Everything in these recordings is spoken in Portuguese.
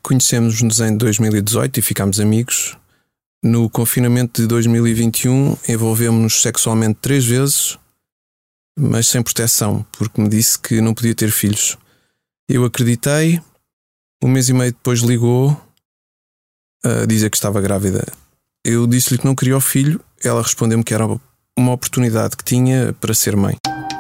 Conhecemos-nos em 2018 e ficámos amigos. No confinamento de 2021 envolvemos-nos sexualmente 3 vezes, mas sem proteção, porque me disse que não podia ter filhos. Eu acreditei. 1 mês e meio depois ligou a dizer que estava grávida. Eu disse-lhe que não queria o filho. Ela respondeu-me que era uma oportunidade que tinha para ser mãe.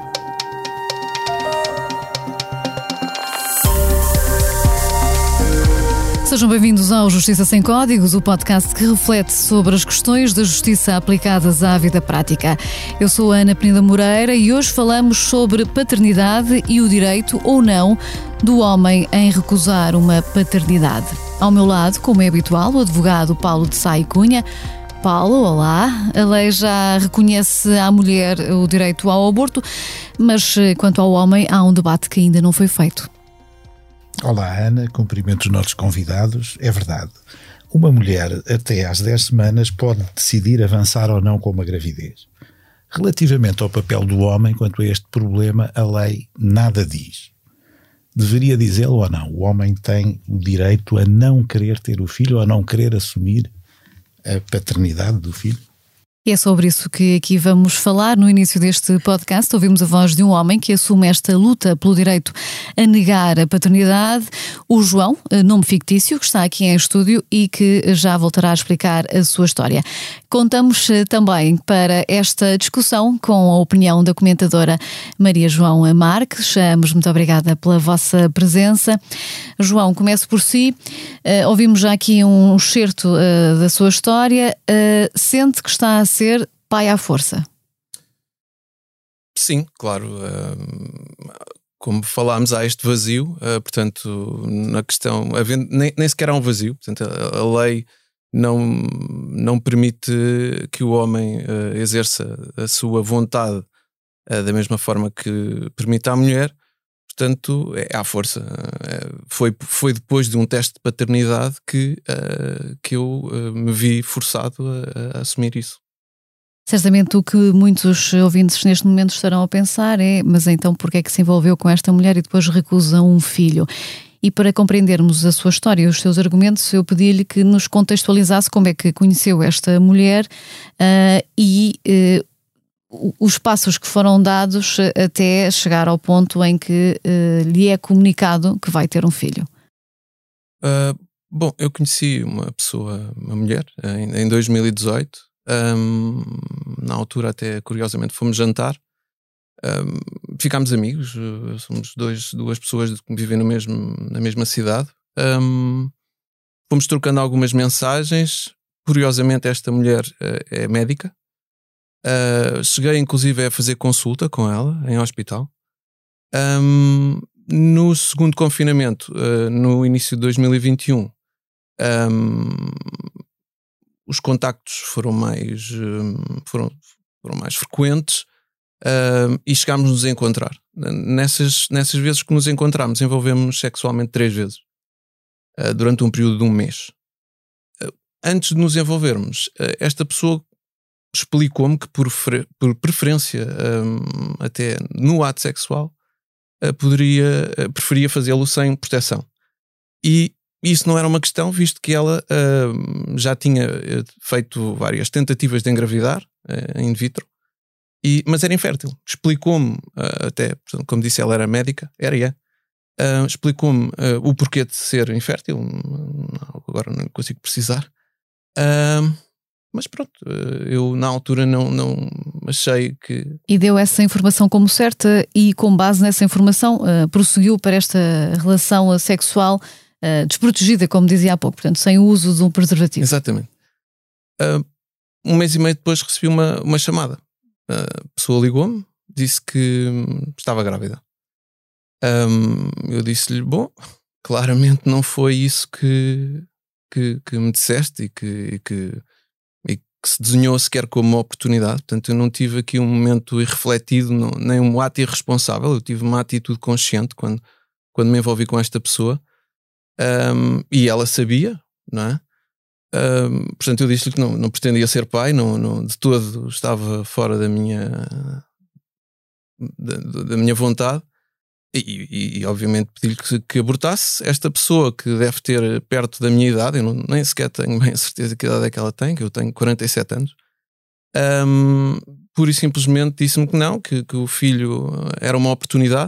Sejam bem-vindos ao Justiça Sem Códigos, o podcast que reflete sobre as questões da justiça aplicadas à vida prática. Eu sou a Ana Peneda Moreira e hoje falamos sobre paternidade e o direito ou não do homem em recusar uma paternidade. Ao meu lado, como é habitual, o advogado Paulo de Sá e Cunha. Paulo, olá. A lei já reconhece à mulher o direito ao aborto, mas quanto ao homem há um debate que ainda não foi feito. Olá Ana, cumprimento os nossos convidados. É verdade, uma mulher até às 10 semanas pode decidir avançar ou não com uma gravidez. Relativamente ao papel do homem quanto a este problema, a lei nada diz. Deveria dizê-lo ou não? O homem tem o direito a não querer ter o filho ou a não querer assumir a paternidade do filho? E é sobre isso que aqui vamos falar. No início deste podcast ouvimos a voz de um homem que assume esta luta pelo direito a negar a paternidade, o João, nome fictício, que está aqui em estúdio e que já voltará a explicar a sua história. Contamos também para esta discussão com a opinião da comentadora Maria João Marques. Muito obrigada pela vossa presença. João, começo por si. Ouvimos já aqui um excerto da sua história. Sente que está a ser pai à força? Sim, claro. Como falámos, há este vazio, portanto, na questão, nem sequer há um vazio, portanto, a lei não permite que o homem exerça a sua vontade da mesma forma que permite à mulher, portanto, é à força. Foi depois de um teste de paternidade que eu me vi forçado a assumir isso. Certamente o que muitos ouvintes neste momento estarão a pensar é: mas então porquê é que se envolveu com esta mulher e depois recusa um filho? E para compreendermos a sua história e os seus argumentos, eu pedi-lhe que nos contextualizasse como é que conheceu esta mulher e os passos que foram dados até chegar ao ponto em que lhe é comunicado que vai ter um filho. Bom, eu conheci uma mulher, em 2018. Na altura até curiosamente fomos jantar, ficámos amigos, somos duas pessoas que vivem na mesma cidade. Fomos trocando algumas mensagens. Curiosamente esta mulher é médica. Cheguei inclusive a fazer consulta com ela em hospital. No segundo confinamento, no início de 2021, os contactos foram mais frequentes e chegámos-nos a encontrar. Nessas vezes que nos encontramos, envolvemos-nos sexualmente 3 vezes durante um período de 1 mês. Antes de nos envolvermos, esta pessoa explicou-me que por preferência até no ato sexual preferia fazê-lo sem proteção. E isso não era uma questão, visto que ela já tinha feito várias tentativas de engravidar in vitro, mas era infértil. Explicou-me, até, como disse, ela era médica, explicou-me o porquê de ser infértil. Agora não consigo precisar. Mas pronto, eu na altura não achei que... E deu essa informação como certa e com base nessa informação prosseguiu para esta relação sexual desprotegida, como dizia há pouco, portanto, sem o uso de um preservativo. Exatamente. 1 mês e meio depois recebi uma chamada. A pessoa ligou-me, disse que estava grávida. Eu disse-lhe, bom, claramente não foi isso que me disseste e que se desenhou sequer como uma oportunidade. Portanto, eu não tive aqui um momento irrefletido, nem um ato irresponsável. Eu tive uma atitude consciente quando me envolvi com esta pessoa. E ela sabia, não é? Portanto, eu disse-lhe que não pretendia ser pai, não, de todo estava fora da minha vontade. E obviamente pedi-lhe que abortasse. Esta pessoa, que deve ter perto da minha idade, eu nem sequer tenho bem a certeza que idade é que ela tem, que eu tenho 47 anos, pura e simplesmente disse-me que não, que o filho era uma oportunidade.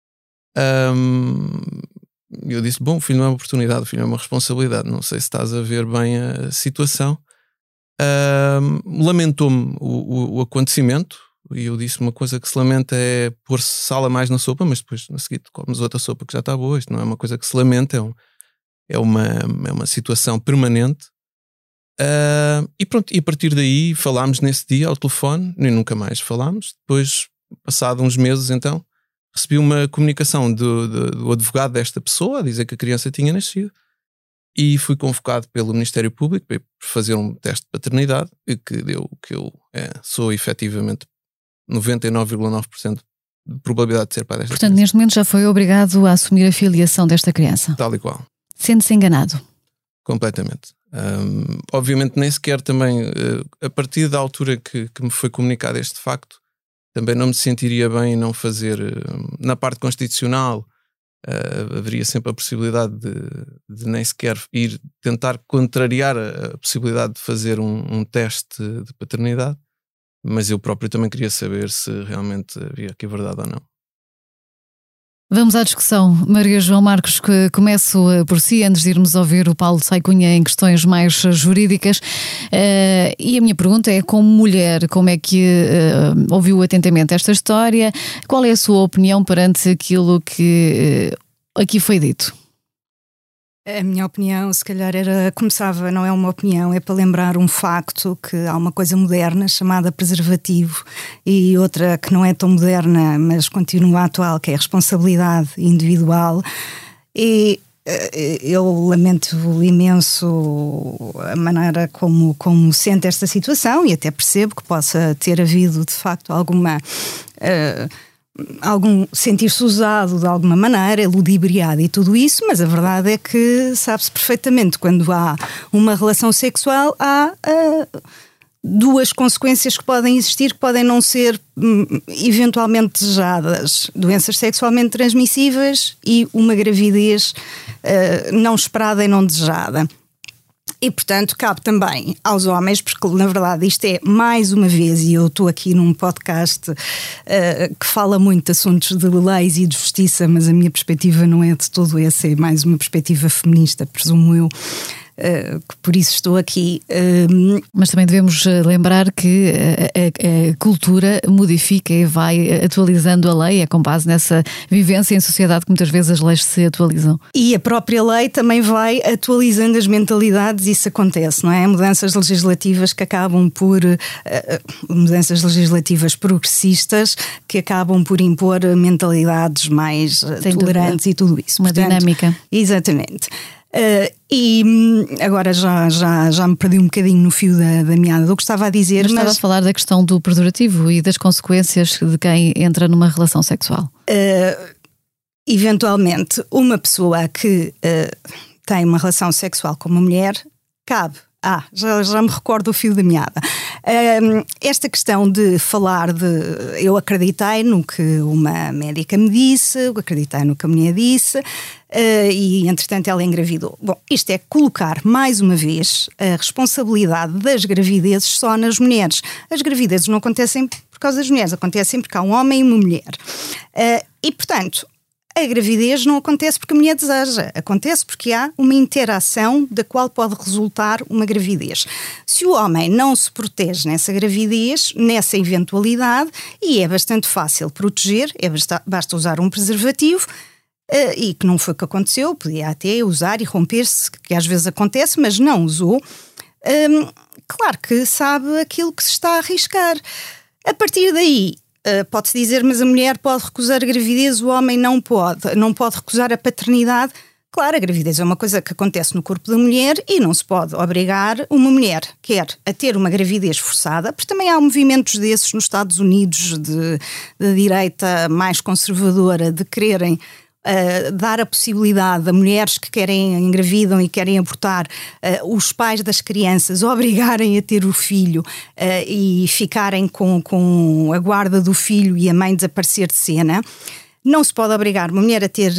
Eu disse, bom, o filho não é uma oportunidade, o filho é uma responsabilidade, não sei se estás a ver bem a situação. Lamentou-me o acontecimento, e eu disse, uma coisa que se lamenta é pôr sal a mais na sopa, mas depois na seguinte comes outra sopa que já está boa. Isto não é uma coisa que se lamenta, é uma situação permanente. E pronto, e a partir daí falámos nesse dia ao telefone, e nunca mais falámos. Depois, passado uns meses, então recebi uma comunicação do advogado desta pessoa a dizer que a criança tinha nascido, e fui convocado pelo Ministério Público para fazer um teste de paternidade, e que deu que eu sou efetivamente 99,9% de probabilidade de ser pai desta Portanto, criança. neste momento já foi obrigado a assumir a filiação desta criança. Tal e qual. Sente-se enganado? Completamente. Obviamente nem sequer também, a partir da altura que me foi comunicado este facto, também não me sentiria bem não fazer, na parte constitucional, haveria sempre a possibilidade de nem sequer ir tentar contrariar a possibilidade de fazer um teste de paternidade, mas eu próprio também queria saber se realmente havia aqui verdade ou não. Vamos à discussão. Maria João Marcos, que começo por si, antes de irmos ouvir o Paulo Sai Cunha em questões mais jurídicas. E a minha pergunta é, como mulher, como é que ouviu atentamente esta história? Qual é a sua opinião perante aquilo que aqui foi dito? A minha opinião, se calhar, começava, não é uma opinião, é para lembrar um facto, que há uma coisa moderna chamada preservativo e outra que não é tão moderna, mas continua atual, que é a responsabilidade individual. E eu lamento imenso a maneira como sente esta situação, e até percebo que possa ter havido, de facto, algum sentir-se usado de alguma maneira, ludibriado e tudo isso, mas a verdade é que sabe-se perfeitamente, quando há uma relação sexual, há duas consequências que podem existir, que podem não ser eventualmente desejadas: doenças sexualmente transmissíveis e uma gravidez não esperada e não desejada. E, portanto, cabe também aos homens, porque na verdade isto é, mais uma vez, e eu estou aqui num podcast que fala muito de assuntos de leis e de justiça, mas a minha perspectiva não é de todo essa, é mais uma perspectiva feminista, presumo eu, que por isso estou aqui. Mas também devemos lembrar que a cultura modifica e vai atualizando a lei, é com base nessa vivência em sociedade que muitas vezes as leis se atualizam. E a própria lei também vai atualizando as mentalidades, isso acontece, não é? Mudanças legislativas que acabam por mudanças legislativas progressistas que acabam por impor mentalidades mais tolerantes e tudo isso. Uma dinâmica. Exatamente. E agora já me perdi um bocadinho no fio da meada do que estava a dizer. Mas estava a falar da questão do preservativo e das consequências de quem entra numa relação sexual. Eventualmente, uma pessoa que tem uma relação sexual com uma mulher, cabe. Já me recordo do fio da meada. Esta questão de falar eu acreditei no que uma médica me disse, eu acreditei no que a mulher disse, e entretanto ela engravidou. Bom, isto é colocar mais uma vez a responsabilidade das gravidezes só nas mulheres. As gravidezes não acontecem por causa das mulheres, acontecem porque há um homem e uma mulher. E portanto, a gravidez não acontece porque a mulher deseja, acontece porque há uma interação da qual pode resultar uma gravidez. Se o homem não se protege nessa gravidez, nessa eventualidade, e é bastante fácil proteger, basta usar um preservativo, e que não foi o que aconteceu, podia até usar e romper-se, que às vezes acontece, mas não usou. Claro que sabe aquilo que se está a arriscar. A partir daí, pode-se dizer, mas a mulher pode recusar a gravidez, o homem não pode recusar a paternidade. Claro, a gravidez é uma coisa que acontece no corpo da mulher e não se pode obrigar uma mulher, quer a ter uma gravidez forçada, porque também há movimentos desses nos Estados Unidos de direita mais conservadora, de quererem dar a possibilidade a mulheres que engravidam e querem abortar, os pais das crianças obrigarem a ter o filho e ficarem com a guarda do filho e a mãe desaparecer de cena. não se pode obrigar uma mulher a ter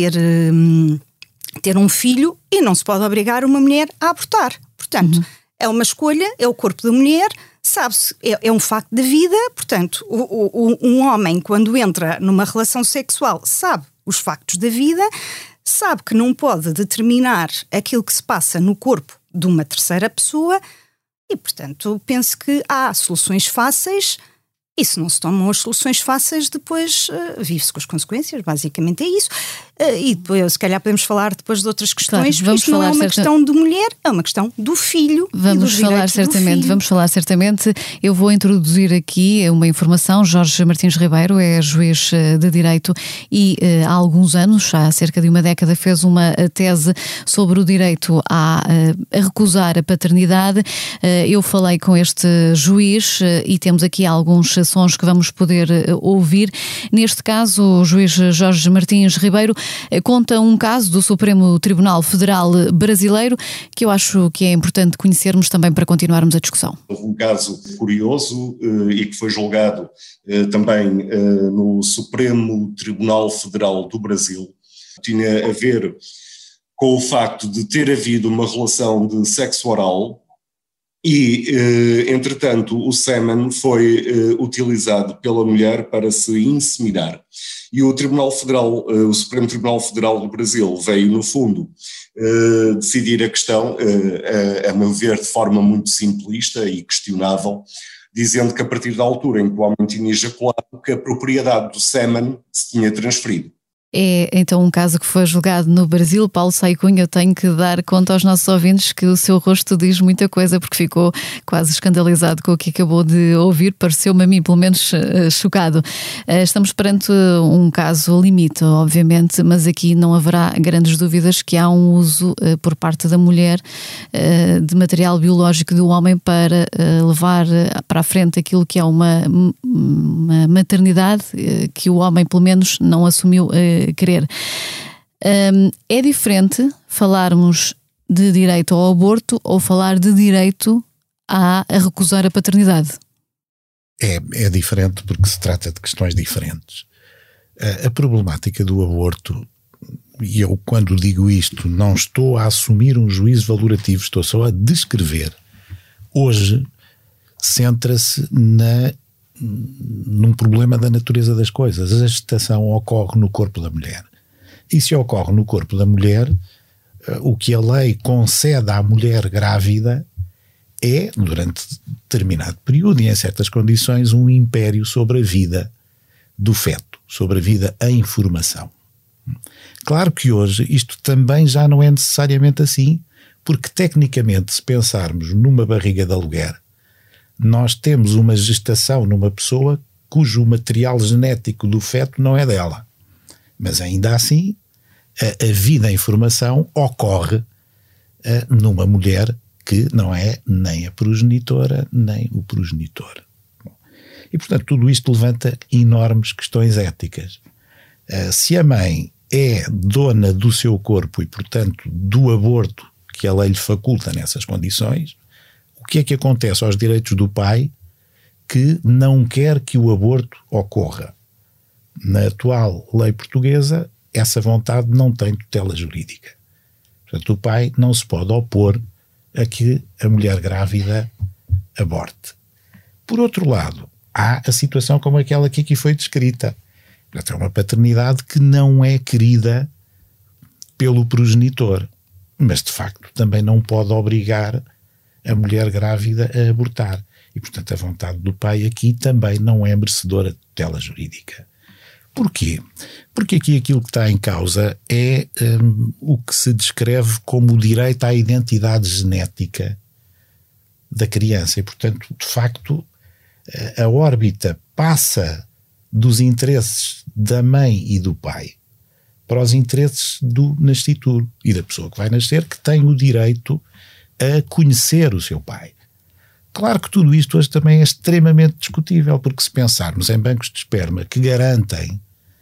um filho e não se pode obrigar uma mulher a abortar. Portanto, é uma escolha, é o corpo da mulher, sabe-se, é um facto da vida. Portanto, um homem, quando entra numa relação sexual, sabe os factos da vida, sabe que não pode determinar aquilo que se passa no corpo de uma terceira pessoa e, portanto, penso que há soluções fáceis. E se não se tomam as soluções fáceis, depois vive-se com as consequências, basicamente é isso. E depois, se calhar podemos falar depois de outras questões, claro, isto não é uma questão de mulher, é uma questão do filho. Vamos falar certamente. Eu vou introduzir aqui uma informação. Jorge Martins Ribeiro é juiz de Direito e há alguns anos, há cerca de uma década, fez uma tese sobre o direito a recusar a paternidade. Eu falei com este juiz e temos aqui alguns sons que vamos poder ouvir. Neste caso, o juiz Jorge Martins Ribeiro conta um caso do Supremo Tribunal Federal Brasileiro que eu acho que é importante conhecermos também para continuarmos a discussão. Houve um caso curioso e que foi julgado também no Supremo Tribunal Federal do Brasil. Tinha a ver com o facto de ter havido uma relação de sexo oral e, entretanto, o sêmen foi utilizado pela mulher para se inseminar. E o o Supremo Tribunal Federal do Brasil veio, no fundo, decidir a questão, a meu ver, de forma muito simplista e questionável, dizendo que a partir da altura em que o homem tinha ejaculado, que a propriedade do sêmen se tinha transferido. É então um caso que foi julgado no Brasil. Paulo Saicunha, eu tenho que dar conta aos nossos ouvintes que o seu rosto diz muita coisa, porque ficou quase escandalizado com o que acabou de ouvir. Pareceu-me a mim, pelo menos, chocado. Estamos perante um caso limite, obviamente, mas aqui não haverá grandes dúvidas que há um uso por parte da mulher de material biológico do homem para levar para a frente aquilo que é uma maternidade que o homem, pelo menos, não assumiu querer. É diferente falarmos de direito ao aborto ou falar de direito a recusar a paternidade? É diferente porque se trata de questões diferentes. A problemática do aborto, e eu quando digo isto não estou a assumir um juízo valorativo, estou só a descrever. Hoje centra-se num problema da natureza das coisas. A gestação ocorre no corpo da mulher. E se ocorre no corpo da mulher, o que a lei concede à mulher grávida é, durante determinado período e em certas condições, um império sobre a vida do feto, sobre a vida em formação. Claro que hoje isto também já não é necessariamente assim, porque tecnicamente, se pensarmos numa barriga de aluguer, nós temos uma gestação numa pessoa cujo material genético do feto não é dela. Mas ainda assim, a vida em formação ocorre numa mulher que não é nem a progenitora nem o progenitor. E, portanto, tudo isto levanta enormes questões éticas. Se a mãe é dona do seu corpo e, portanto, do aborto que a lei lhe faculta nessas condições, o que é que acontece aos direitos do pai que não quer que o aborto ocorra? Na atual lei portuguesa, essa vontade não tem tutela jurídica. Portanto, o pai não se pode opor a que a mulher grávida aborte. Por outro lado, há a situação como aquela que aqui foi descrita. É uma paternidade que não é querida pelo progenitor, mas de facto também não pode obrigar a mulher grávida a abortar. E, portanto, a vontade do pai aqui também não é merecedora de tutela jurídica. Porquê? Porque aqui aquilo que está em causa é o que se descreve como o direito à identidade genética da criança. E, portanto, de facto, a órbita passa dos interesses da mãe e do pai para os interesses do nascituro e da pessoa que vai nascer, que tem o direito a conhecer o seu pai. Claro que tudo isto hoje também é extremamente discutível, porque se pensarmos em bancos de esperma que garantem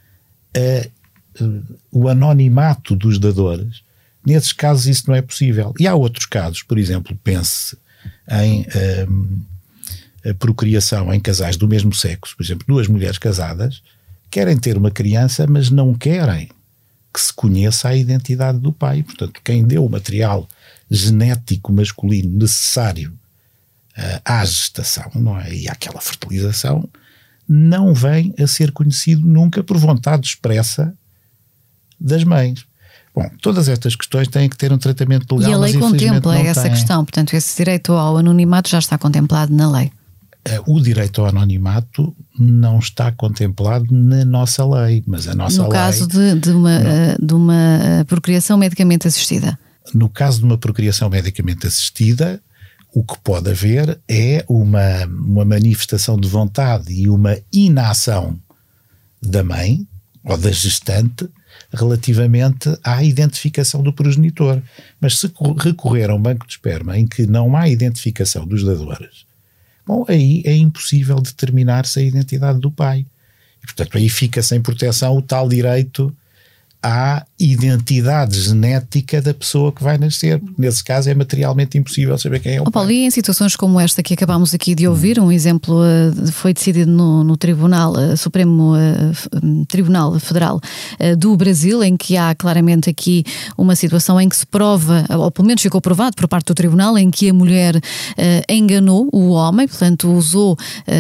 o anonimato dos dadores, nesses casos isso não é possível. E há outros casos, por exemplo, pense em a procriação em casais do mesmo sexo, por exemplo, duas mulheres casadas querem ter uma criança, mas não querem que se conheça a identidade do pai. Portanto, quem deu o material genético masculino necessário à gestação, não é? E àquela fertilização, não vem a ser conhecido nunca por vontade expressa das mães. Bom, todas estas questões têm que ter um tratamento legal. E a lei contempla essa questão, portanto, esse direito ao anonimato já está contemplado na lei. O direito ao anonimato não está contemplado na nossa lei, mas a nossa lei... No caso de uma procriação medicamente assistida. No caso de uma procriação medicamente assistida, o que pode haver é uma manifestação de vontade e uma inação da mãe ou da gestante relativamente à identificação do progenitor. Mas se recorrer a um banco de esperma em que não há identificação dos dadores, bom, aí é impossível determinar-se a identidade do pai. E, portanto, aí fica sem proteção o tal direito à identidade genética da pessoa que vai nascer, porque nesse caso é materialmente impossível saber quem é o pai. Paulo, e em situações como esta que acabámos aqui de ouvir, um exemplo foi decidido no Tribunal Supremo Tribunal Federal do Brasil, em que há claramente aqui uma situação em que se prova, ou pelo menos ficou provado por parte do Tribunal, em que a mulher enganou o homem, portanto usou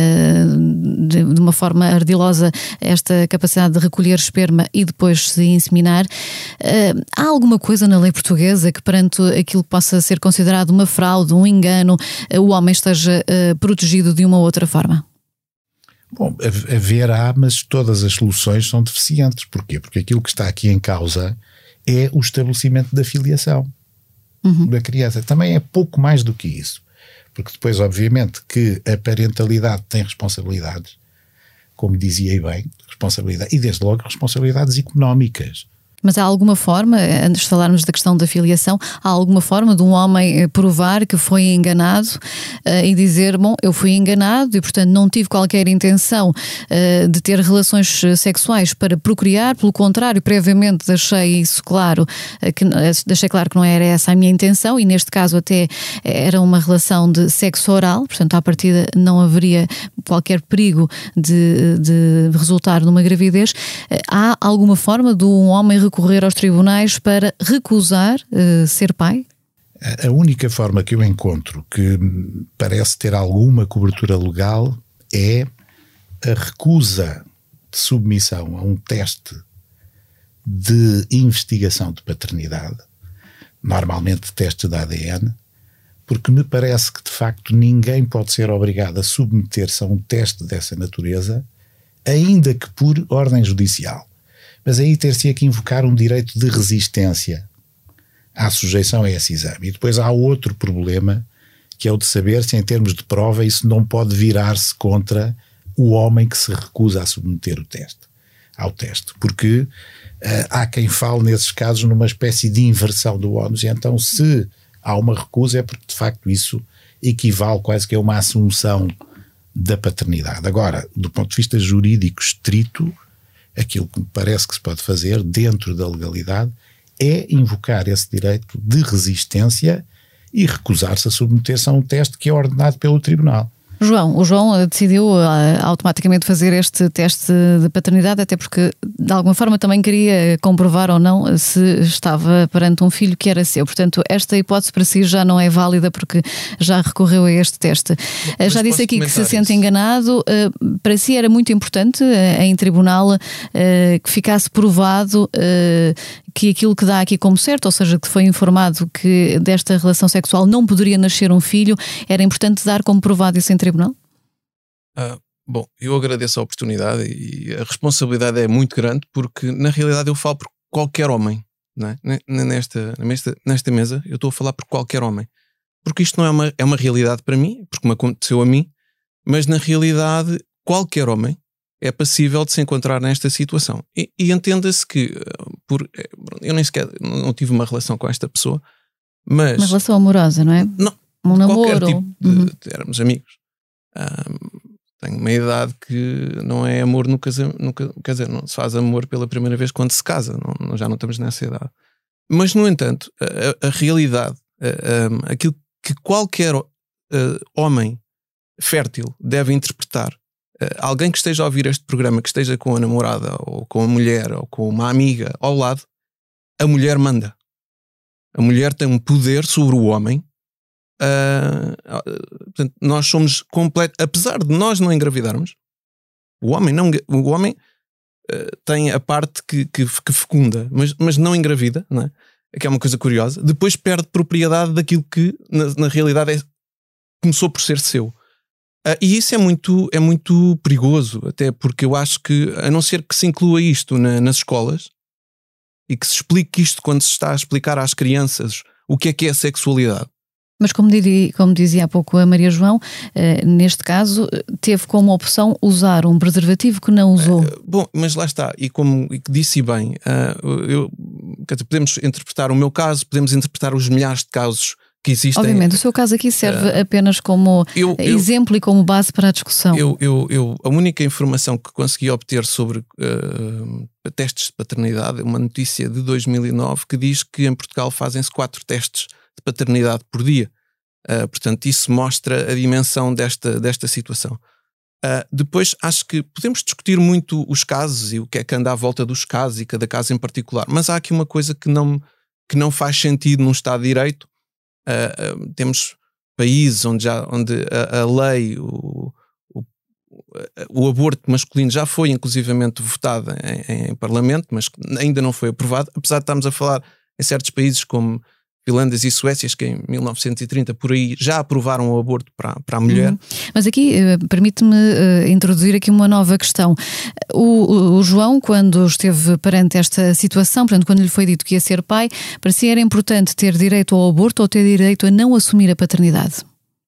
de uma forma ardilosa esta capacidade de recolher esperma e depois se inseminar. Há alguma coisa na lei portuguesa que, perante aquilo que possa ser considerado uma fraude, um engano, o homem esteja protegido de uma outra forma? Bom, haverá, mas todas as soluções são deficientes. Porquê? Porque aquilo que está aqui em causa é o estabelecimento da filiação da criança. Também é pouco mais do que isso. Porque depois, obviamente, que a parentalidade tem responsabilidades, como dizia bem, responsabilidade, e desde logo responsabilidades económicas. Mas há alguma forma, antes de falarmos da questão da filiação, há alguma forma de um homem provar que foi enganado e dizer, bom, eu fui enganado e portanto não tive qualquer intenção de ter relações sexuais para procriar, pelo contrário, previamente deixei claro que não era essa a minha intenção e neste caso até era uma relação de sexo oral, portanto à partida não haveria qualquer perigo de resultar numa gravidez. Há alguma forma de um homem recorrer aos tribunais para recusar ser pai? A única forma que eu encontro que parece ter alguma cobertura legal é a recusa de submissão a um teste de investigação de paternidade, normalmente testes de ADN, porque me parece que de facto ninguém pode ser obrigado a submeter-se a um teste dessa natureza, ainda que por ordem judicial. Mas aí ter-se-ia que invocar um direito de resistência à sujeição a esse exame. E depois há outro problema, que é o de saber se em termos de prova isso não pode virar-se contra o homem que se recusa a submeter ao teste. Porque há quem fale nesses casos numa espécie de inversão do ónus, e então se há uma recusa é porque de facto isso equivale quase que a uma assunção da paternidade. Agora, do ponto de vista jurídico estrito, aquilo que me parece que se pode fazer dentro da legalidade é invocar esse direito de resistência e recusar-se a submeter-se a um teste que é ordenado pelo tribunal. O João decidiu automaticamente fazer este teste de paternidade, até porque de alguma forma também queria comprovar ou não se estava perante um filho que era seu. Portanto, esta hipótese para si já não é válida porque já recorreu a este teste. Já disse aqui que se sente enganado. Para si era muito importante em tribunal que ficasse provado que aquilo que dá aqui como certo, ou seja, que foi informado que desta relação sexual não poderia nascer um filho, era importante dar como provado isso em tribunal? Bom, eu agradeço a oportunidade e a responsabilidade é muito grande porque na realidade eu falo por qualquer homem, não é? Nesta mesa eu estou a falar por qualquer homem, porque isto não é uma realidade para mim, porque me aconteceu a mim, mas na realidade qualquer homem é passível de se encontrar nesta situação. E entenda-se que eu nem sequer não tive uma relação com esta pessoa, mas... Uma relação amorosa, não é? Não, um namoro. Qualquer tipo éramos amigos. Tenho uma idade que não é amor no casamento, quer dizer, não se faz amor pela primeira vez quando se casa, já não estamos nessa idade. Mas, no entanto, a realidade, aquilo que qualquer homem fértil deve interpretar alguém que esteja a ouvir este programa, que esteja com a namorada, ou com a mulher, ou com uma amiga ao lado, a mulher manda. A mulher tem um poder sobre o homem. Portanto, nós somos completos, apesar de nós não engravidarmos, o homem tem a parte que fecunda, mas não engravida, não é? Que é uma coisa curiosa. Depois perde propriedade daquilo que na realidade começou por ser seu. E isso é muito perigoso, até porque eu acho que, a não ser que se inclua isto nas escolas e que se explique isto quando se está a explicar às crianças o que é a sexualidade. Mas como dizia há pouco a Maria João, neste caso teve como opção usar um preservativo que não usou. Bom, mas lá está, e como disse bem, podemos interpretar o meu caso, podemos interpretar os milhares de casos que existem. Obviamente, o seu caso aqui serve apenas como exemplo e como base para a discussão. A única informação que consegui obter sobre testes de paternidade é uma notícia de 2009 que diz que em Portugal fazem-se 4 testes de paternidade por dia. Portanto, isso mostra a dimensão desta situação. Depois, acho que podemos discutir muito os casos e o que é que anda à volta dos casos e cada caso em particular, mas há aqui uma coisa que não faz sentido num Estado de Direito. Temos países onde a lei, o aborto masculino já foi inclusivamente votado em Parlamento, mas ainda não foi aprovado, apesar de estarmos a falar em certos países como Finlândia e Suécias, que em 1930 por aí já aprovaram o aborto para a mulher. Mas aqui permite-me introduzir aqui uma nova questão. O João, quando esteve perante esta situação, portanto, quando lhe foi dito que ia ser pai, parecia era importante ter direito ao aborto ou ter direito a não assumir a paternidade?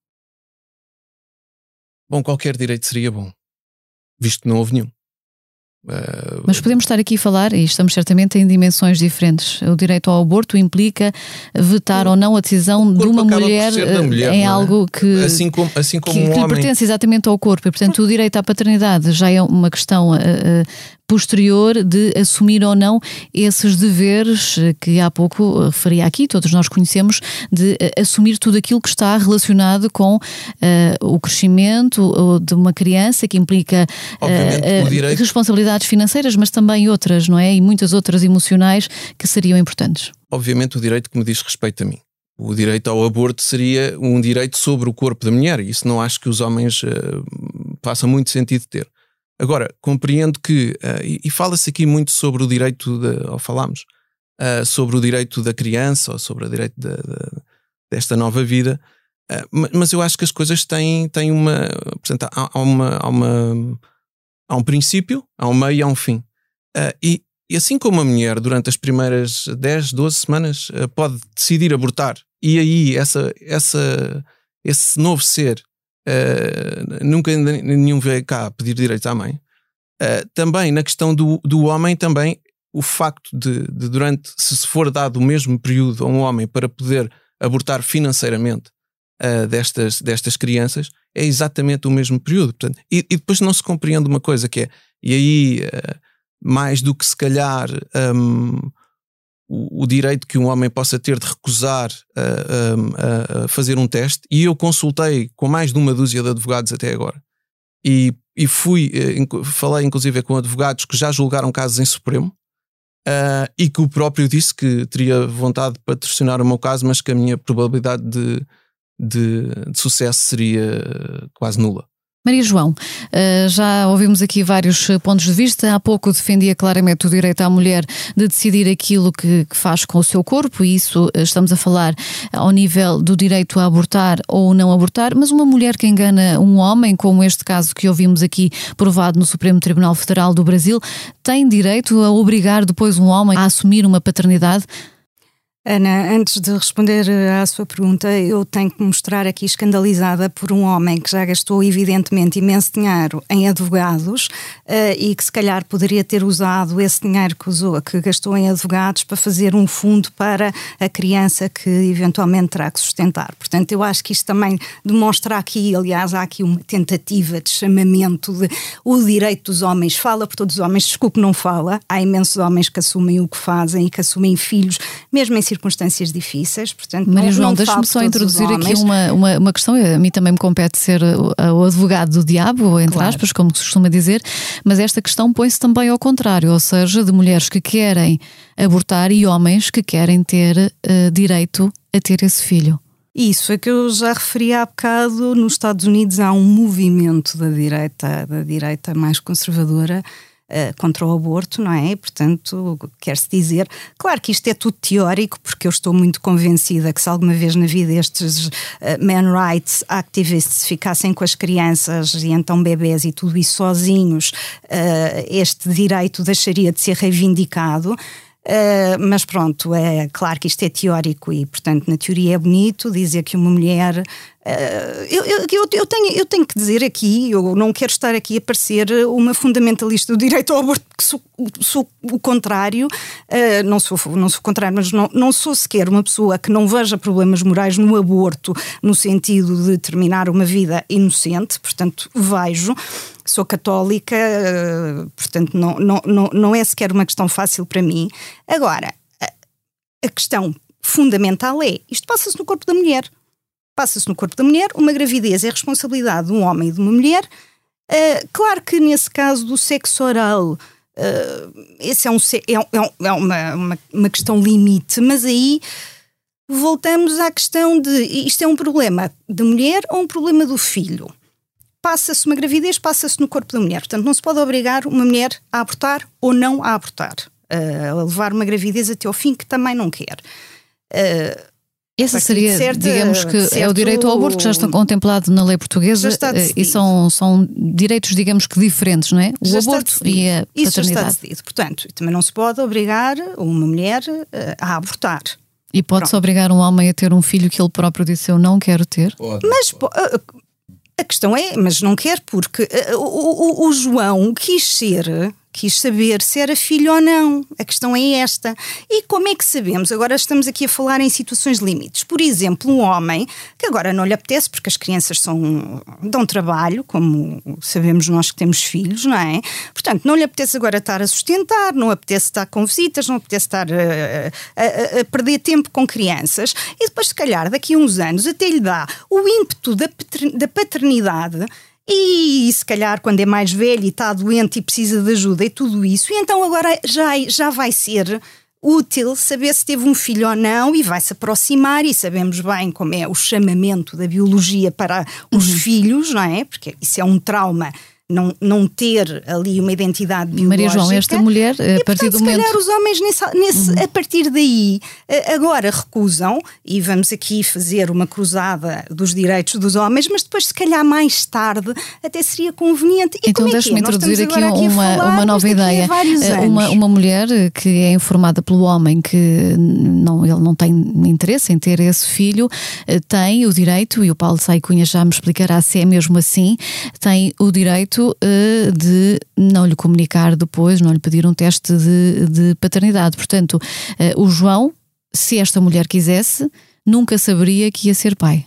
Bom, qualquer direito seria bom, visto que não houve nenhum. Mas podemos estar aqui a falar, e estamos certamente em dimensões diferentes. O direito ao aborto implica vetar ou não a decisão de uma mulher em algo que, assim como que um homem lhe pertence exatamente ao corpo. E, portanto, o direito à paternidade já é uma questão posterior de assumir ou não esses deveres que há pouco referia aqui, todos nós conhecemos, de assumir tudo aquilo que está relacionado com o crescimento de uma criança, que implica responsabilidades financeiras, mas também outras, não é? E muitas outras emocionais que seriam importantes. Obviamente o direito que me diz respeito a mim. O direito ao aborto seria um direito sobre o corpo da mulher, e isso não acho que os homens façam muito sentido ter. Agora, compreendo que, e fala-se aqui muito sobre o direito, sobre o direito da criança, ou sobre o direito desta nova vida, mas eu acho que as coisas têm uma... Portanto, há um princípio, há um meio e há um fim. E assim como a mulher, durante as primeiras 10, 12 semanas, pode decidir abortar, e aí esse novo ser nunca nenhum veio cá pedir direitos à mãe. Também na questão do homem, também o facto de durante, se for dado o mesmo período a um homem para poder abortar financeiramente destas crianças, é exatamente o mesmo período. Portanto, e depois não se compreende uma coisa que é, e aí mais do que se calhar o direito que um homem possa ter de recusar a fazer um teste, e eu consultei com mais de uma dúzia de advogados até agora, e falei inclusive com advogados que já julgaram casos em Supremo, e que o próprio disse que teria vontade de patrocinar o meu caso, mas que a minha probabilidade de sucesso seria quase nula. Maria João, já ouvimos aqui vários pontos de vista. Há pouco defendia claramente o direito à mulher de decidir aquilo que faz com o seu corpo, e isso estamos a falar ao nível do direito a abortar ou não abortar, mas uma mulher que engana um homem, como este caso que ouvimos aqui provado no Supremo Tribunal Federal do Brasil, tem direito a obrigar depois um homem a assumir uma paternidade? Ana, antes de responder à sua pergunta, eu tenho que mostrar aqui escandalizada por um homem que já gastou evidentemente imenso dinheiro em advogados e que se calhar poderia ter usado esse dinheiro que gastou em advogados para fazer um fundo para a criança que eventualmente terá que sustentar. Portanto, eu acho que isto também demonstra aqui, aliás, há aqui uma tentativa de chamamento de o direito dos homens fala por todos os homens, desculpe, não fala. Há imensos homens que assumem o que fazem e que assumem filhos, mesmo em circunstâncias difíceis, portanto, Maria João, deixe-me só introduzir aqui uma questão. A mim também me compete ser o advogado do diabo, entre aspas, como se costuma dizer, mas esta questão põe-se também ao contrário, ou seja, de mulheres que querem abortar e homens que querem ter direito a ter esse filho. Isso é que eu já referi há bocado. Nos Estados Unidos há um movimento da direita mais conservadora contra o aborto, não é? Portanto, quer-se dizer, claro que isto é tudo teórico, porque eu estou muito convencida que se alguma vez na vida estes men rights activists ficassem com as crianças e então bebés e tudo isso sozinhos, este direito deixaria de ser reivindicado. Mas pronto, é claro que isto é teórico e, portanto, na teoria é bonito dizer que uma mulher... Eu tenho que dizer aqui, eu não quero estar aqui a parecer uma fundamentalista do direito ao aborto, porque sou o contrário, não sou contrário, mas não sou sequer uma pessoa que não veja problemas morais no aborto, no sentido de terminar uma vida inocente, portanto, vejo. Sou católica, portanto não é sequer uma questão fácil para mim. Agora, a questão fundamental é, isto passa-se no corpo da mulher. Passa-se no corpo da mulher, uma gravidez é responsabilidade de um homem e de uma mulher. Claro que nesse caso do sexo oral, esse é uma questão limite, mas aí voltamos à questão de, isto é um problema da mulher ou um problema do filho? Passa-se uma gravidez, passa-se no corpo da mulher. Portanto, não se pode obrigar uma mulher a abortar ou não a abortar. A levar uma gravidez até ao fim, que também não quer. Esse seria, digamos que é o direito ao aborto que já está contemplado na lei portuguesa e são direitos, digamos que diferentes, não é? O aborto e a paternidade. Isso já está decidido. Portanto, também não se pode obrigar uma mulher a abortar. E pode-se obrigar um homem a ter um filho que ele próprio disse eu não quero ter? Mas... A questão é, mas não quer porque o João quis saber se era filho ou não. A questão é esta. E como é que sabemos? Agora estamos aqui a falar em situações limites. Por exemplo, um homem que agora não lhe apetece, porque as crianças dão trabalho, como sabemos nós que temos filhos, não é? Portanto, não lhe apetece agora estar a sustentar, não apetece estar com visitas, não apetece estar a perder tempo com crianças. E depois, se calhar, daqui a uns anos, até lhe dá o ímpeto da paternidade. E se calhar quando é mais velho e está doente e precisa de ajuda e tudo isso, e então agora já vai ser útil saber se teve um filho ou não e vai-se aproximar, e sabemos bem como é o chamamento da biologia para os filhos, não é? Porque isso é um trauma. Não ter ali uma identidade biológica. Maria João, esta mulher, a partir do momento... Se calhar os homens a partir daí agora recusam, e vamos aqui fazer uma cruzada dos direitos dos homens, mas depois se calhar mais tarde até seria conveniente. E então deixe-me introduzir aqui uma nova ideia. Uma mulher que é informada pelo homem que ele não tem interesse em ter esse filho, tem o direito, e o Paulo Sá e Cunha já me explicará se é mesmo assim, tem o direito de não lhe comunicar depois, não lhe pedir um teste de paternidade. Portanto, o João, se esta mulher quisesse, nunca saberia que ia ser pai.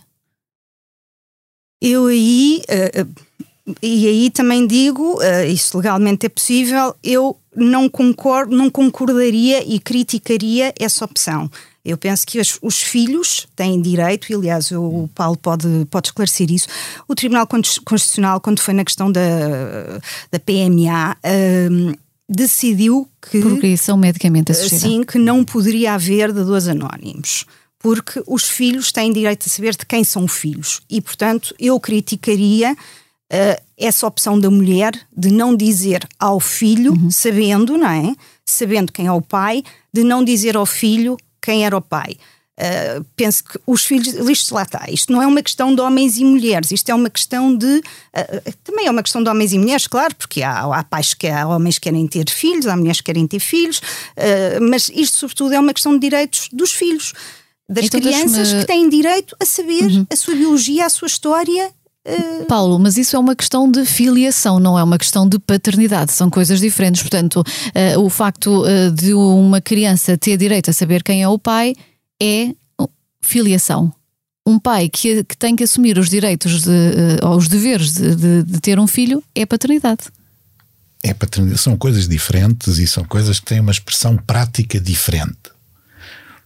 Eu aí, e aí também digo, isso legalmente é possível, eu não concordaria e criticaria essa opção. Eu penso que os filhos têm direito, e aliás o Paulo pode esclarecer isso. O Tribunal Constitucional, quando foi na questão da PMA, decidiu que... Procriação medicamente assistida. Sim, que não poderia haver dadores anónimos. Porque os filhos têm direito a saber de quem são filhos. E, portanto, eu criticaria essa opção da mulher de não dizer ao filho, sabendo, não é? Sabendo quem é o pai, de não dizer ao filho quem era o pai. Penso que os filhos, isto lá está, isto não é uma questão de homens e mulheres, isto é uma questão de também é uma questão de homens e mulheres, claro, porque há pais há homens que querem ter filhos, há mulheres que querem ter filhos, mas isto sobretudo é uma questão de direitos dos filhos, das então, crianças que têm direito a saber a sua biologia, a sua história. Paulo, mas isso é uma questão de filiação, não é uma questão de paternidade, são coisas diferentes. Portanto, o facto de uma criança ter direito a saber quem é o pai é filiação. Um pai que tem que assumir os direitos ou os deveres de ter um filho é paternidade. É paternidade, são coisas diferentes e são coisas que têm uma expressão prática diferente.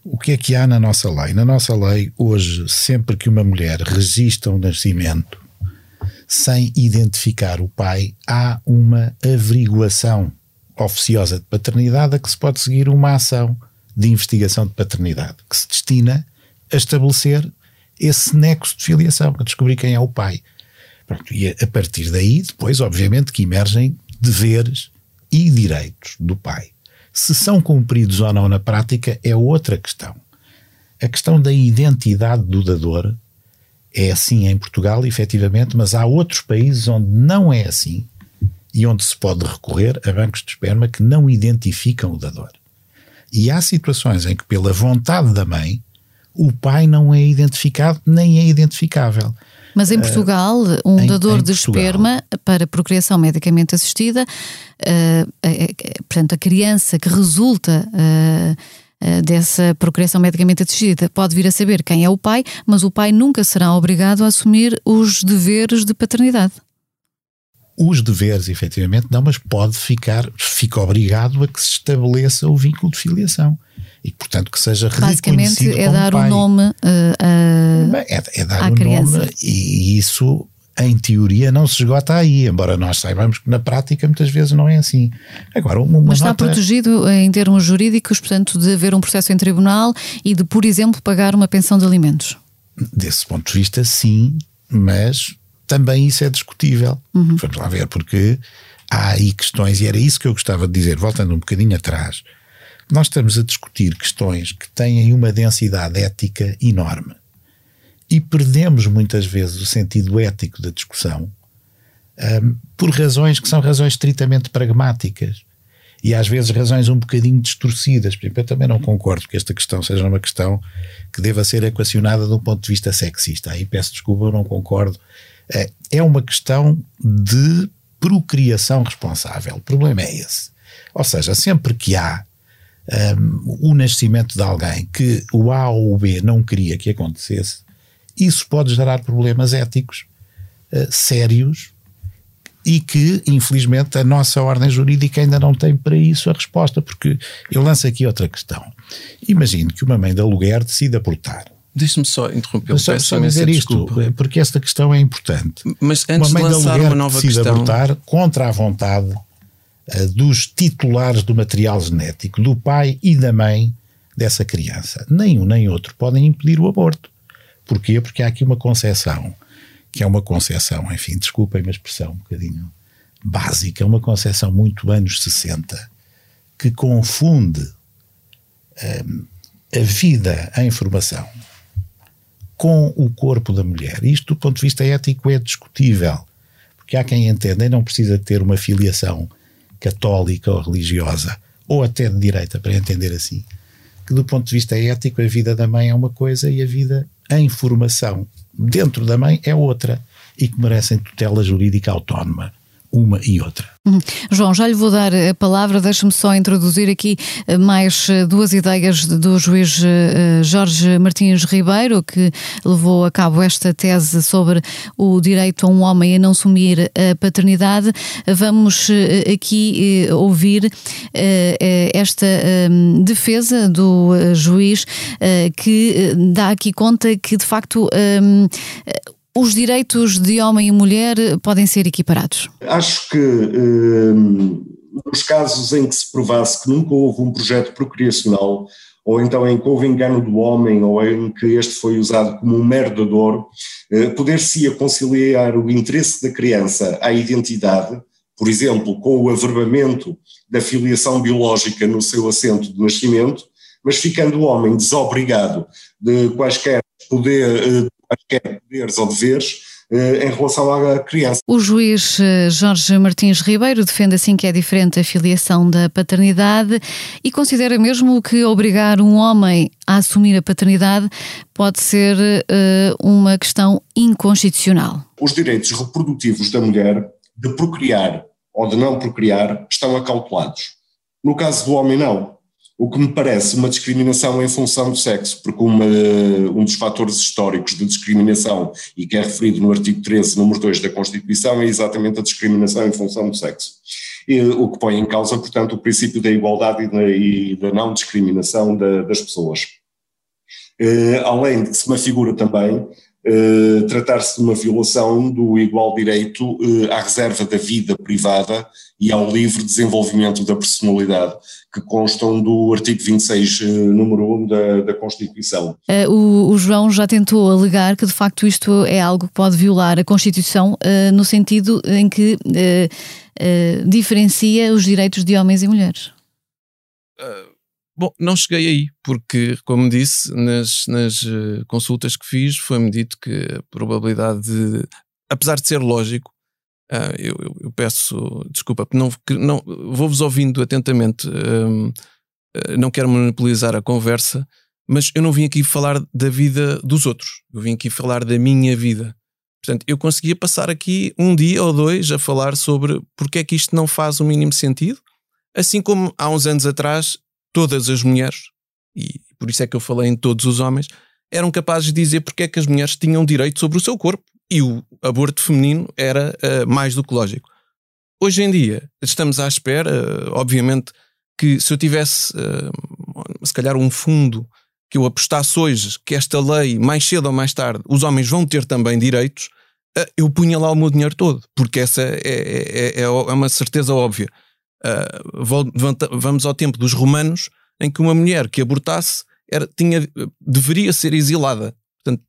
O que é que há na nossa lei? Na nossa lei, hoje, sempre que uma mulher registra um nascimento sem identificar o pai, há uma averiguação oficiosa de paternidade a que se pode seguir uma ação de investigação de paternidade, que se destina a estabelecer esse nexo de filiação, a descobrir quem é o pai. Pronto, e a partir daí, depois, obviamente, que emergem deveres e direitos do pai. Se são cumpridos ou não na prática é outra questão. A questão da identidade do dador é assim em Portugal, efetivamente, mas há outros países onde não é assim e onde se pode recorrer a bancos de esperma que não identificam o dador. E há situações em que, pela vontade da mãe, o pai não é identificado nem é identificável. Mas em Portugal, um dador de esperma para procriação medicamente assistida, portanto, a criança que resulta dessa procriação medicamente assistida pode vir a saber quem é o pai, mas o pai nunca será obrigado a assumir os deveres de paternidade. Os deveres, efetivamente, não, mas fica obrigado a que se estabeleça o vínculo de filiação. E, portanto, que seja reconhecido basicamente é como dar pai. o nome É dar à o criança. nome, e isso, em teoria, não se esgota aí, embora nós saibamos que na prática muitas vezes não é assim. Agora, mas está protegido em termos jurídicos, portanto, de haver um processo em tribunal e de, por exemplo, pagar uma pensão de alimentos? Desse ponto de vista, sim, mas também isso é discutível. Vamos lá ver, porque há aí questões, e era isso que eu gostava de dizer, voltando um bocadinho atrás. Nós estamos a discutir questões que têm uma densidade ética enorme e perdemos muitas vezes o sentido ético da discussão por razões que são razões estritamente pragmáticas e às vezes razões um bocadinho distorcidas. Por exemplo, eu também não concordo que esta questão seja uma questão que deva ser equacionada de um ponto de vista sexista. Aí peço desculpa, eu não concordo. É uma questão de procriação responsável. O problema é esse. Ou seja, sempre que há o nascimento de alguém que o A ou o B não queria que acontecesse, isso pode gerar problemas éticos sérios e que, infelizmente, a nossa ordem jurídica ainda não tem para isso a resposta, porque eu lanço aqui outra questão. Imagino que uma mãe de aluguer decida abortar. Deixe-me só interromper. Só dizer isto, porque esta questão é importante. Mas antes de lançar uma nova questão, abortar contra a vontade dos titulares do material genético, do pai e da mãe dessa criança. Nem um nem outro podem impedir o aborto. Porquê? Porque há aqui uma concepção, que é uma concepção, enfim, desculpem uma expressão um bocadinho básica, uma concepção muito anos 60, que confunde a vida em formação com o corpo da mulher. Isto, do ponto de vista ético, é discutível, porque há quem entenda e não precisa ter uma filiação católica ou religiosa, ou até de direita, para entender assim, que do ponto de vista ético a vida da mãe é uma coisa e a vida em formação dentro da mãe é outra, e que merecem tutela jurídica autónoma, uma e outra. João, já lhe vou dar a palavra, deixe-me só introduzir aqui mais duas ideias do juiz Jorge Martins Ribeiro, que levou a cabo esta tese sobre o direito a um homem a não assumir a paternidade. Vamos aqui ouvir esta defesa do juiz, que dá aqui conta que, de facto, os direitos de homem e mulher podem ser equiparados. Acho que nos casos em que se provasse que nunca houve um projeto procriacional, ou então em que houve engano do homem, ou em que este foi usado como um mero dador, poder-se-ia conciliar o interesse da criança à identidade, por exemplo, com o averbamento da filiação biológica no seu assento de nascimento, mas ficando o homem desobrigado de quaisquer poderes ou deveres em relação à criança. O juiz Jorge Martins Ribeiro defende assim que é diferente a filiação da paternidade e considera mesmo que obrigar um homem a assumir a paternidade pode ser uma questão inconstitucional. Os direitos reprodutivos da mulher de procriar ou de não procriar estão acautelados. No caso do homem, não. O que me parece uma discriminação em função do sexo, porque um dos fatores históricos de discriminação, e que é referido no artigo 13, número 2 da Constituição, é exatamente a discriminação em função do sexo. O que põe em causa, portanto, o princípio da igualdade e da não discriminação das pessoas. Além de que se me afigura também tratar-se de uma violação do igual direito à reserva da vida privada e ao livre desenvolvimento da personalidade, que constam do artigo 26, número 1 da Constituição. O João já tentou alegar que de facto isto é algo que pode violar a Constituição, no sentido em que diferencia os direitos de homens e mulheres. Bom, não cheguei aí, porque, como disse, nas consultas que fiz, foi-me dito que a probabilidade de, apesar de ser lógico, eu peço desculpa, não vou-vos ouvindo atentamente, não quero monopolizar a conversa, mas eu não vim aqui falar da vida dos outros, eu vim aqui falar da minha vida. Portanto, eu conseguia passar aqui um dia ou dois a falar sobre porque é que isto não faz o mínimo sentido, assim como há uns anos atrás todas as mulheres, e por isso é que eu falei em todos os homens, eram capazes de dizer porque é que as mulheres tinham direito sobre o seu corpo e o aborto feminino era mais do que lógico. Hoje em dia estamos à espera, obviamente, que se eu tivesse se calhar um fundo que eu apostasse hoje que esta lei, mais cedo ou mais tarde, os homens vão ter também direitos, eu punha lá o meu dinheiro todo, porque essa é uma certeza óbvia. Vamos ao tempo dos romanos, em que uma mulher que abortasse deveria ser exilada. Portanto,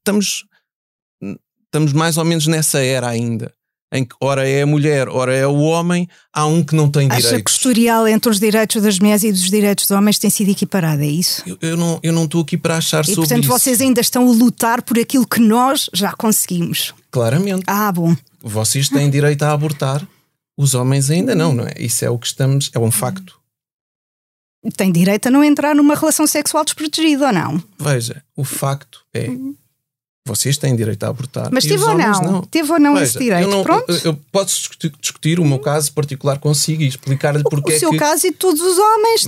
estamos mais ou menos nessa era ainda, em que ora é a mulher, ora é o homem, há um que não tem direitos. Acha que o historial entre os direitos das mulheres e dos direitos dos homens tem sido equiparado, é isso? Eu não estou aqui para achar sobre isso. E portanto vocês ainda estão a lutar por aquilo que nós já conseguimos. Claramente. Bom. Vocês têm direito a abortar, os homens ainda não é? Isso é o que é um facto. Tem direito a não entrar numa relação sexual desprotegida ou não? Veja, o facto é... Vocês têm direito a abortar. Mas teve ou não? Teve ou não esse direito? Eu posso discutir o meu caso particular consigo e explicar-lhe porque é que... O seu caso e de todos os homens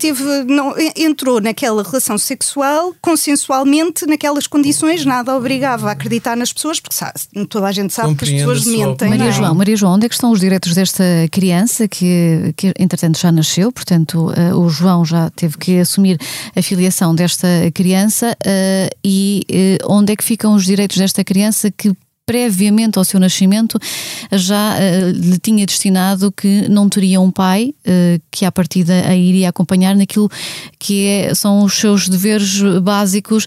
entrou naquela relação sexual consensualmente, naquelas condições, nada obrigava a acreditar nas pessoas, porque toda a gente sabe que as pessoas mentem. Maria João, onde é que estão os direitos desta criança que entretanto já nasceu? Portanto, o João já teve que assumir a filiação desta criança e onde é que fica os direitos desta criança que previamente ao seu nascimento já lhe tinha destinado que não teria um pai que à partida a iria acompanhar naquilo que são os seus deveres básicos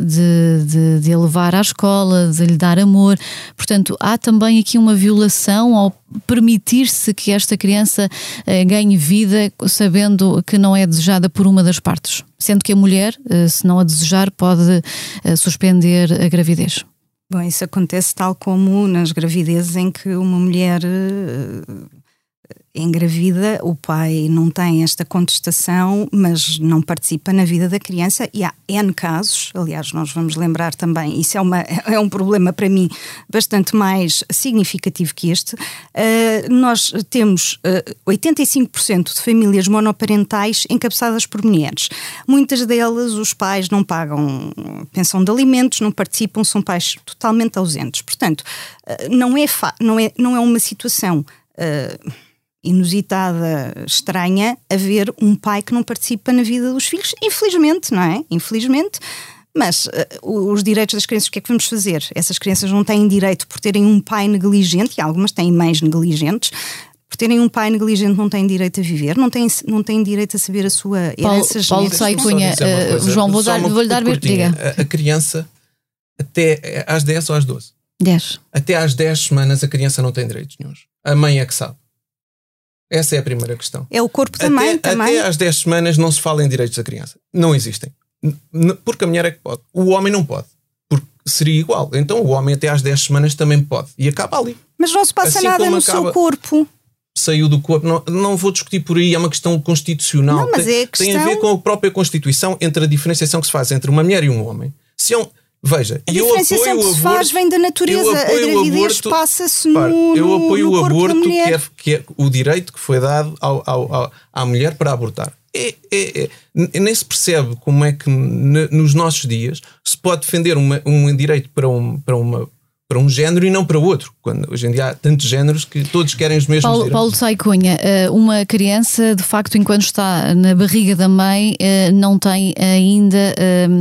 de levar à escola, de lhe dar amor. Portanto, há também aqui uma violação ao permitir-se que esta criança ganhe vida sabendo que não é desejada por uma das partes, sendo que a mulher, se não a desejar, pode suspender a gravidez. Bom, isso acontece tal como nas gravidezes em que uma mulher engravida, o pai não tem esta contestação, mas não participa na vida da criança, e há N casos, aliás, nós vamos lembrar também, isso é um problema para mim bastante mais significativo que este. Nós temos 85% de famílias monoparentais encabeçadas por mulheres. Muitas delas, os pais não pagam pensão de alimentos, não participam, são pais totalmente ausentes. Portanto, não é uma situação inusitada, estranha, haver um pai que não participa na vida dos filhos, infelizmente, não é? Infelizmente, mas os direitos das crianças, o que é que vamos fazer? Essas crianças não têm direito por terem um pai negligente, e algumas têm mães negligentes. Por terem um pai negligente não têm direito a viver, não têm direito a saber a sua herança genética. Paulo Sai Cunha, João, vou-lhe dar... Diga. A criança, até às 10 ou às 12? 10. Até às 10 semanas a criança não tem direitos nenhuns. A mãe é que sabe. Essa é a primeira questão. É o corpo da mãe também. Até às 10 semanas não se fala em direitos da criança. Não existem. Porque a mulher é que pode. O homem não pode. Porque seria igual. Então o homem até às 10 semanas também pode. E acaba ali. Mas não se passa assim nada no seu corpo. Saiu do corpo. Não vou discutir por aí. É uma questão constitucional. Não, mas tem a ver com a própria Constituição, entre a diferenciação que se faz entre uma mulher e um homem. Veja, a diferenciação que se faz vem da natureza. A gravidez passa-se no eu apoio no o aborto, que é o direito que foi dado à mulher para abortar. Nem se percebe como é que nos nossos dias se pode defender um direito para para um género e não para outro, quando hoje em dia há tantos géneros que todos querem os mesmos direitos. Paulo Sai Cunha, uma criança, de facto, enquanto está na barriga da mãe, não tem ainda,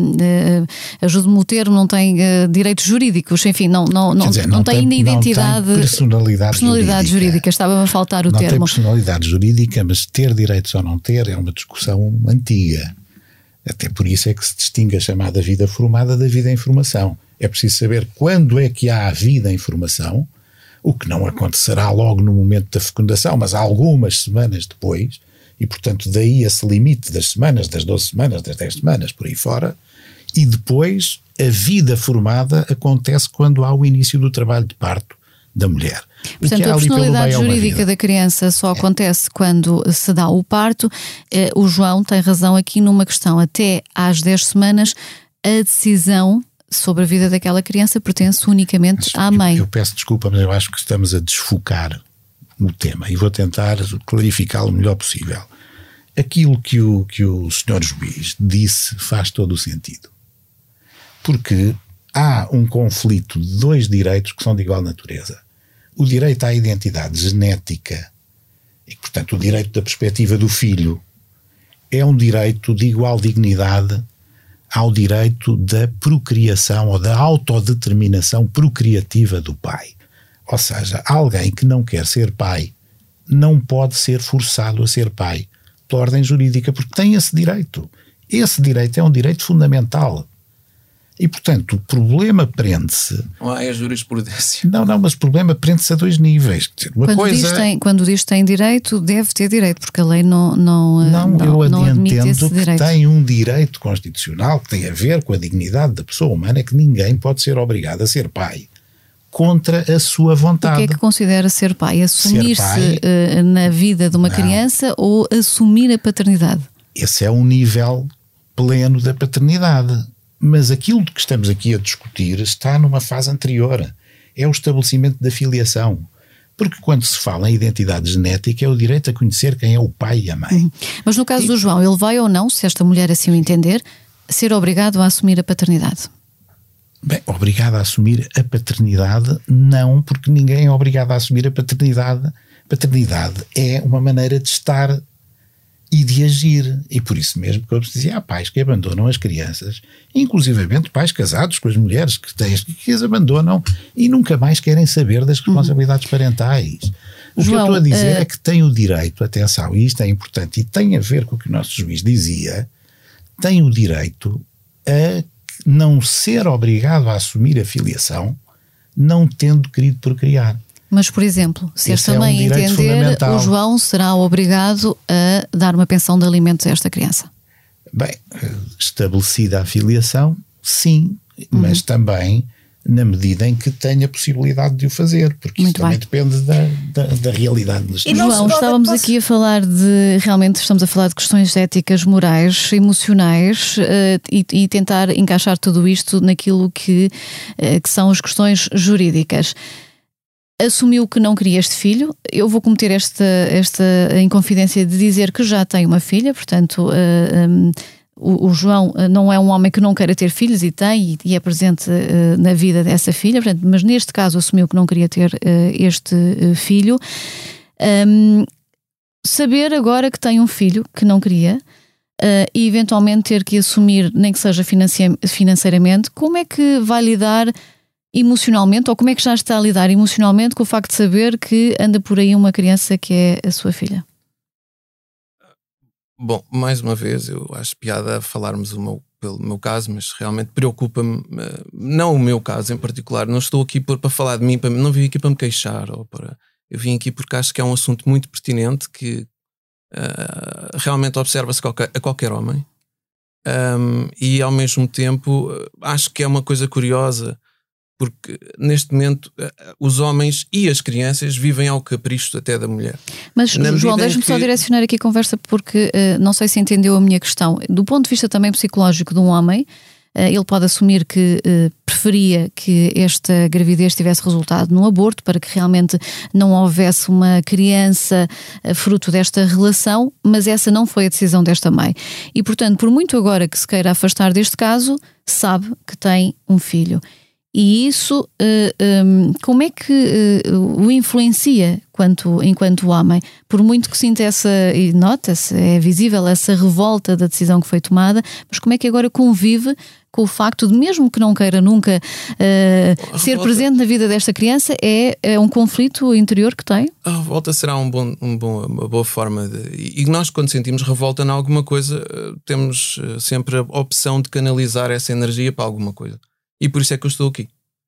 ajude-me o termo, não tem direitos jurídicos, enfim, não tem ainda identidade, não tem personalidade jurídica. Estava a faltar o termo. Não tem personalidade jurídica, mas ter direitos ou não ter é uma discussão antiga. Até por isso é que se distingue a chamada vida formada da vida em formação. É preciso saber quando é que há a vida em formação, o que não acontecerá logo no momento da fecundação, mas algumas semanas depois, e portanto daí esse limite das semanas, das 12 semanas, das 10 semanas, por aí fora, e depois a vida formada acontece quando há o início do trabalho de parto da mulher. Portanto, a personalidade jurídica da criança só acontece quando se dá o parto. O João tem razão aqui numa questão: até às 10 semanas a decisão sobre a vida daquela criança pertence unicamente à mãe. Eu peço desculpa, mas eu acho que estamos a desfocar o tema e vou tentar clarificá-lo o melhor possível. Aquilo que o senhor juiz disse faz todo o sentido, porque há um conflito de dois direitos que são de igual natureza. O direito à identidade genética e, portanto, o direito da perspectiva do filho é um direito de igual dignidade ao direito da procriação ou da autodeterminação procriativa do pai. Ou seja, alguém que não quer ser pai não pode ser forçado a ser pai pela ordem jurídica, porque tem esse direito. Esse direito é um direito fundamental. E, portanto, o problema prende-se... Não há a jurisprudência. Não, mas o problema prende-se a dois níveis. Quando diz que tem direito, deve ter direito, porque a lei não admite esse direito. Que tem um direito constitucional que tem a ver com a dignidade da pessoa humana, é que ninguém pode ser obrigado a ser pai contra a sua vontade. O que é que considera ser pai? Assumir-se na vida de uma criança ou assumir a paternidade? Esse é um nível pleno da paternidade. Mas aquilo que estamos aqui a discutir está numa fase anterior. É o estabelecimento da filiação. Porque quando se fala em identidade genética é o direito a conhecer quem é o pai e a mãe. Mas no caso do João, ele vai ou não, se esta mulher assim o entender, ser obrigado a assumir a paternidade? Bem, obrigado a assumir a paternidade, não, porque ninguém é obrigado a assumir a paternidade. Paternidade é uma maneira de estar e de agir, e por isso mesmo que eu dizia, há pais que abandonam as crianças, inclusivamente pais casados com as mulheres que as abandonam e nunca mais querem saber das responsabilidades parentais. O João, que eu estou a dizer é que tem o direito, atenção, e isto é importante, e tem a ver com o que o nosso juiz dizia, tem o direito a não ser obrigado a assumir a filiação, não tendo querido procriar. Mas, por exemplo, se esta mãe entender, o João será obrigado a dar uma pensão de alimentos a esta criança? Bem, estabelecida a filiação, sim, mas também na medida em que tenha possibilidade de o fazer, porque isso também depende da realidade dos casos. João, estávamos aqui a falar estamos a falar de questões éticas, morais, emocionais e tentar encaixar tudo isto naquilo que são as questões jurídicas. Assumiu que não queria este filho. Eu vou cometer esta inconfidência de dizer que já tem uma filha, portanto o João não é um homem que não queira ter filhos e é presente na vida dessa filha, portanto, mas neste caso assumiu que não queria ter este filho. Saber agora que tem um filho que não queria e eventualmente ter que assumir, nem que seja financeiramente, como é que vai lidar emocionalmente, ou como é que já está a lidar emocionalmente com o facto de saber que anda por aí uma criança que é a sua filha? Bom, mais uma vez, eu acho piada falarmos pelo meu caso, mas realmente preocupa-me, não o meu caso em particular, não estou aqui para falar de mim, não vim aqui para me queixar, eu vim aqui porque acho que é um assunto muito pertinente que realmente observa-se a qualquer homem, e ao mesmo tempo acho que é uma coisa curiosa, porque neste momento os homens e as crianças vivem ao capricho até da mulher. Mas João, deixa-me só direcionar aqui a conversa, porque não sei se entendeu a minha questão. Do ponto de vista também psicológico de um homem, ele pode assumir que preferia que esta gravidez tivesse resultado num aborto, para que realmente não houvesse uma criança fruto desta relação, mas essa não foi a decisão desta mãe. E portanto, por muito agora que se queira afastar deste caso, sabe que tem um filho. E isso, como é que o influencia enquanto homem? Por muito que sinta e nota-se, é visível essa revolta da decisão que foi tomada, mas como é que agora convive com o facto de, mesmo que não queira nunca ser presente na vida desta criança, é um conflito interior que tem? A revolta será uma boa forma e nós, quando sentimos revolta em alguma coisa, temos sempre a opção de canalizar essa energia para alguma coisa. E por isso é que eu estou aqui.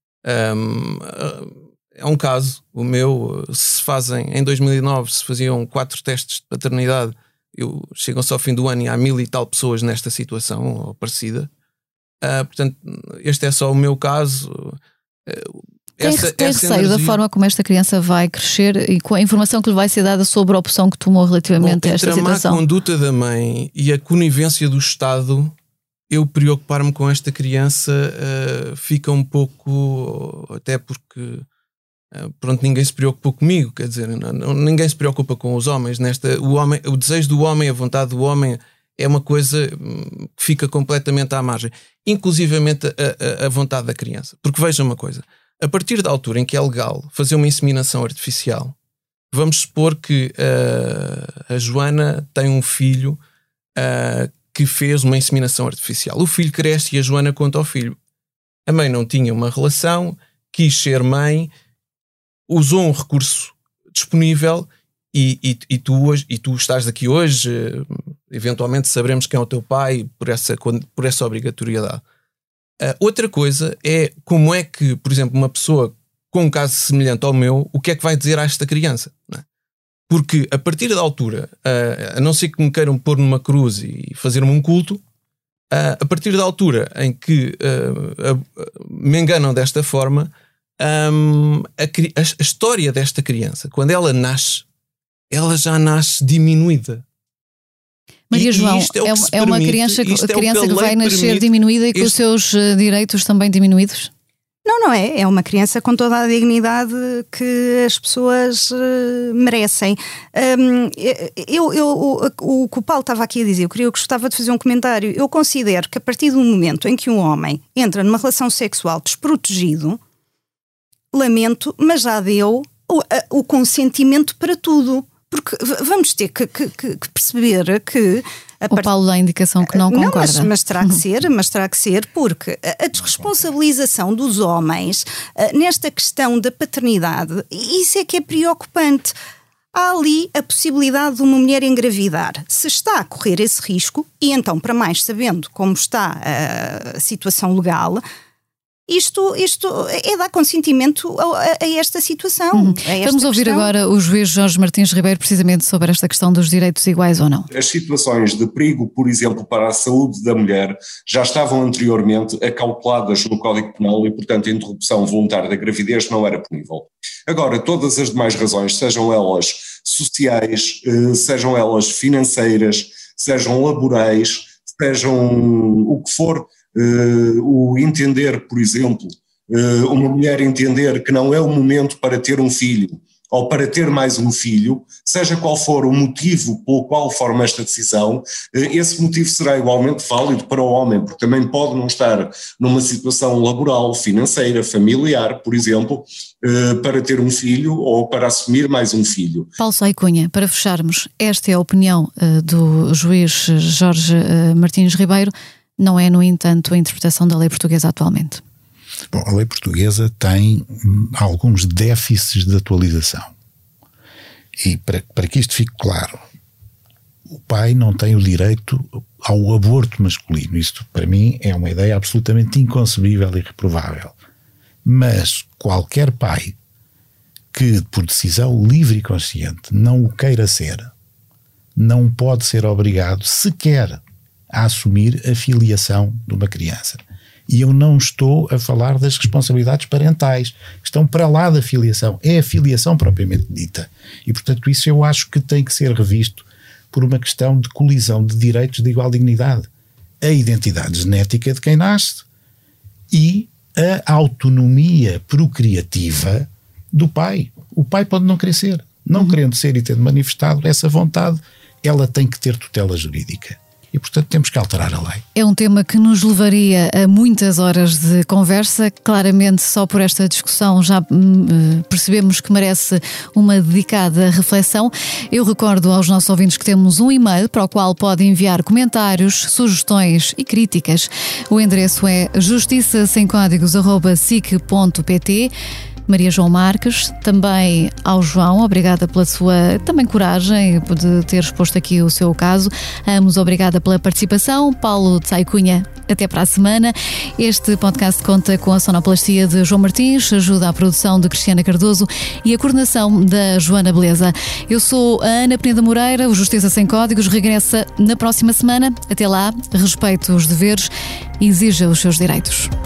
É um caso, o meu, em 2009 se faziam 4 testes de paternidade, chegam-se ao fim do ano e há 1000 e tal pessoas nesta situação, ou parecida. Portanto, este é só o meu caso. Tem receio da forma como esta criança vai crescer e com a informação que lhe vai ser dada sobre a opção que tomou relativamente a esta situação? A conduta da mãe e a conivência do Estado, eu preocupar-me com esta criança fica um pouco, até porque ninguém se preocupou comigo, quer dizer, ninguém se preocupa com os homens. O desejo do homem, a vontade do homem é uma coisa que fica completamente à margem, inclusivamente a vontade da criança. Porque veja uma coisa, a partir da altura em que é legal fazer uma inseminação artificial, vamos supor que a Joana tem um filho que fez uma inseminação artificial. O filho cresce e a Joana conta ao filho. A mãe não tinha uma relação, quis ser mãe, usou um recurso disponível e tu estás aqui hoje, eventualmente saberemos quem é o teu pai por essa obrigatoriedade. Outra coisa é como é que, por exemplo, uma pessoa com um caso semelhante ao meu, o que é que vai dizer a esta criança? Não é? Porque a partir da altura, a não ser que me queiram pôr numa cruz e fazer-me um culto, a partir da altura em que me enganam desta forma, a história desta criança, quando ela nasce, ela já nasce diminuída. Maria João, é uma criança que vai nascer diminuída e com os seus direitos também diminuídos? Não é. É uma criança com toda a dignidade que as pessoas merecem. O que o Paulo estava aqui a dizer, eu gostava de fazer um comentário. Eu considero que a partir do momento em que um homem entra numa relação sexual desprotegido, lamento, mas já deu o consentimento para tudo. Porque vamos ter que perceber que... O Paulo dá a indicação que não concorda. Não, mas terá que ser, porque a desresponsabilização dos homens nesta questão da paternidade, isso é que é preocupante. Há ali a possibilidade de uma mulher engravidar. Se está a correr esse risco, e então, para mais sabendo como está a situação legal... Isto é dar consentimento a esta situação. Vamos ouvir agora o juiz Jorge Martins Ribeiro precisamente sobre esta questão dos direitos iguais ou não. As situações de perigo, por exemplo, para a saúde da mulher já estavam anteriormente acauteladas no Código Penal e, portanto, a interrupção voluntária da gravidez não era punível. Agora, todas as demais razões, sejam elas sociais, sejam elas financeiras, sejam laborais, sejam o que for, o entender, por exemplo, uma mulher entender que não é o momento para ter um filho ou para ter mais um filho, seja qual for o motivo pelo qual forma esta decisão, esse motivo será igualmente válido para o homem, porque também pode não estar numa situação laboral, financeira, familiar, por exemplo, para ter um filho ou para assumir mais um filho. Paulo Saia Cunha, para fecharmos, esta é a opinião do juiz Jorge Martins Ribeiro. Não é, no entanto, a interpretação da lei portuguesa atualmente? Bom, a lei portuguesa tem alguns déficits de atualização. E para que isto fique claro, o pai não tem o direito ao aborto masculino. Isto, para mim, é uma ideia absolutamente inconcebível e reprovável. Mas qualquer pai que, por decisão livre e consciente, não o queira ser, não pode ser obrigado sequer a assumir a filiação de uma criança. E eu não estou a falar das responsabilidades parentais, que estão para lá da filiação, é a filiação propriamente dita. E, portanto, isso eu acho que tem que ser revisto por uma questão de colisão de direitos de igual dignidade. A identidade genética de quem nasce e a autonomia procriativa do pai. O pai pode não querer ser. Não querendo ser e tendo manifestado essa vontade, ela tem que ter tutela jurídica. e, portanto, temos que alterar a lei. É um tema que nos levaria a muitas horas de conversa. Claramente, só por esta discussão já percebemos que merece uma dedicada reflexão. Eu recordo aos nossos ouvintes que temos um e-mail para o qual pode enviar comentários, sugestões e críticas. O endereço é justiçasemcódigos@sic.pt. Maria João Marques, também ao João, obrigada pela sua também coragem de ter exposto aqui o seu caso. Ambos, obrigada pela participação. Paulo Tsai Cunha, até para a semana. Este podcast conta com a sonoplastia de João Martins, ajuda à produção de Cristiana Cardoso e a coordenação da Joana Beleza. Eu sou a Ana Peneda Moreira, o Justiça Sem Códigos regressa na próxima semana. Até lá, respeite os deveres e exija os seus direitos.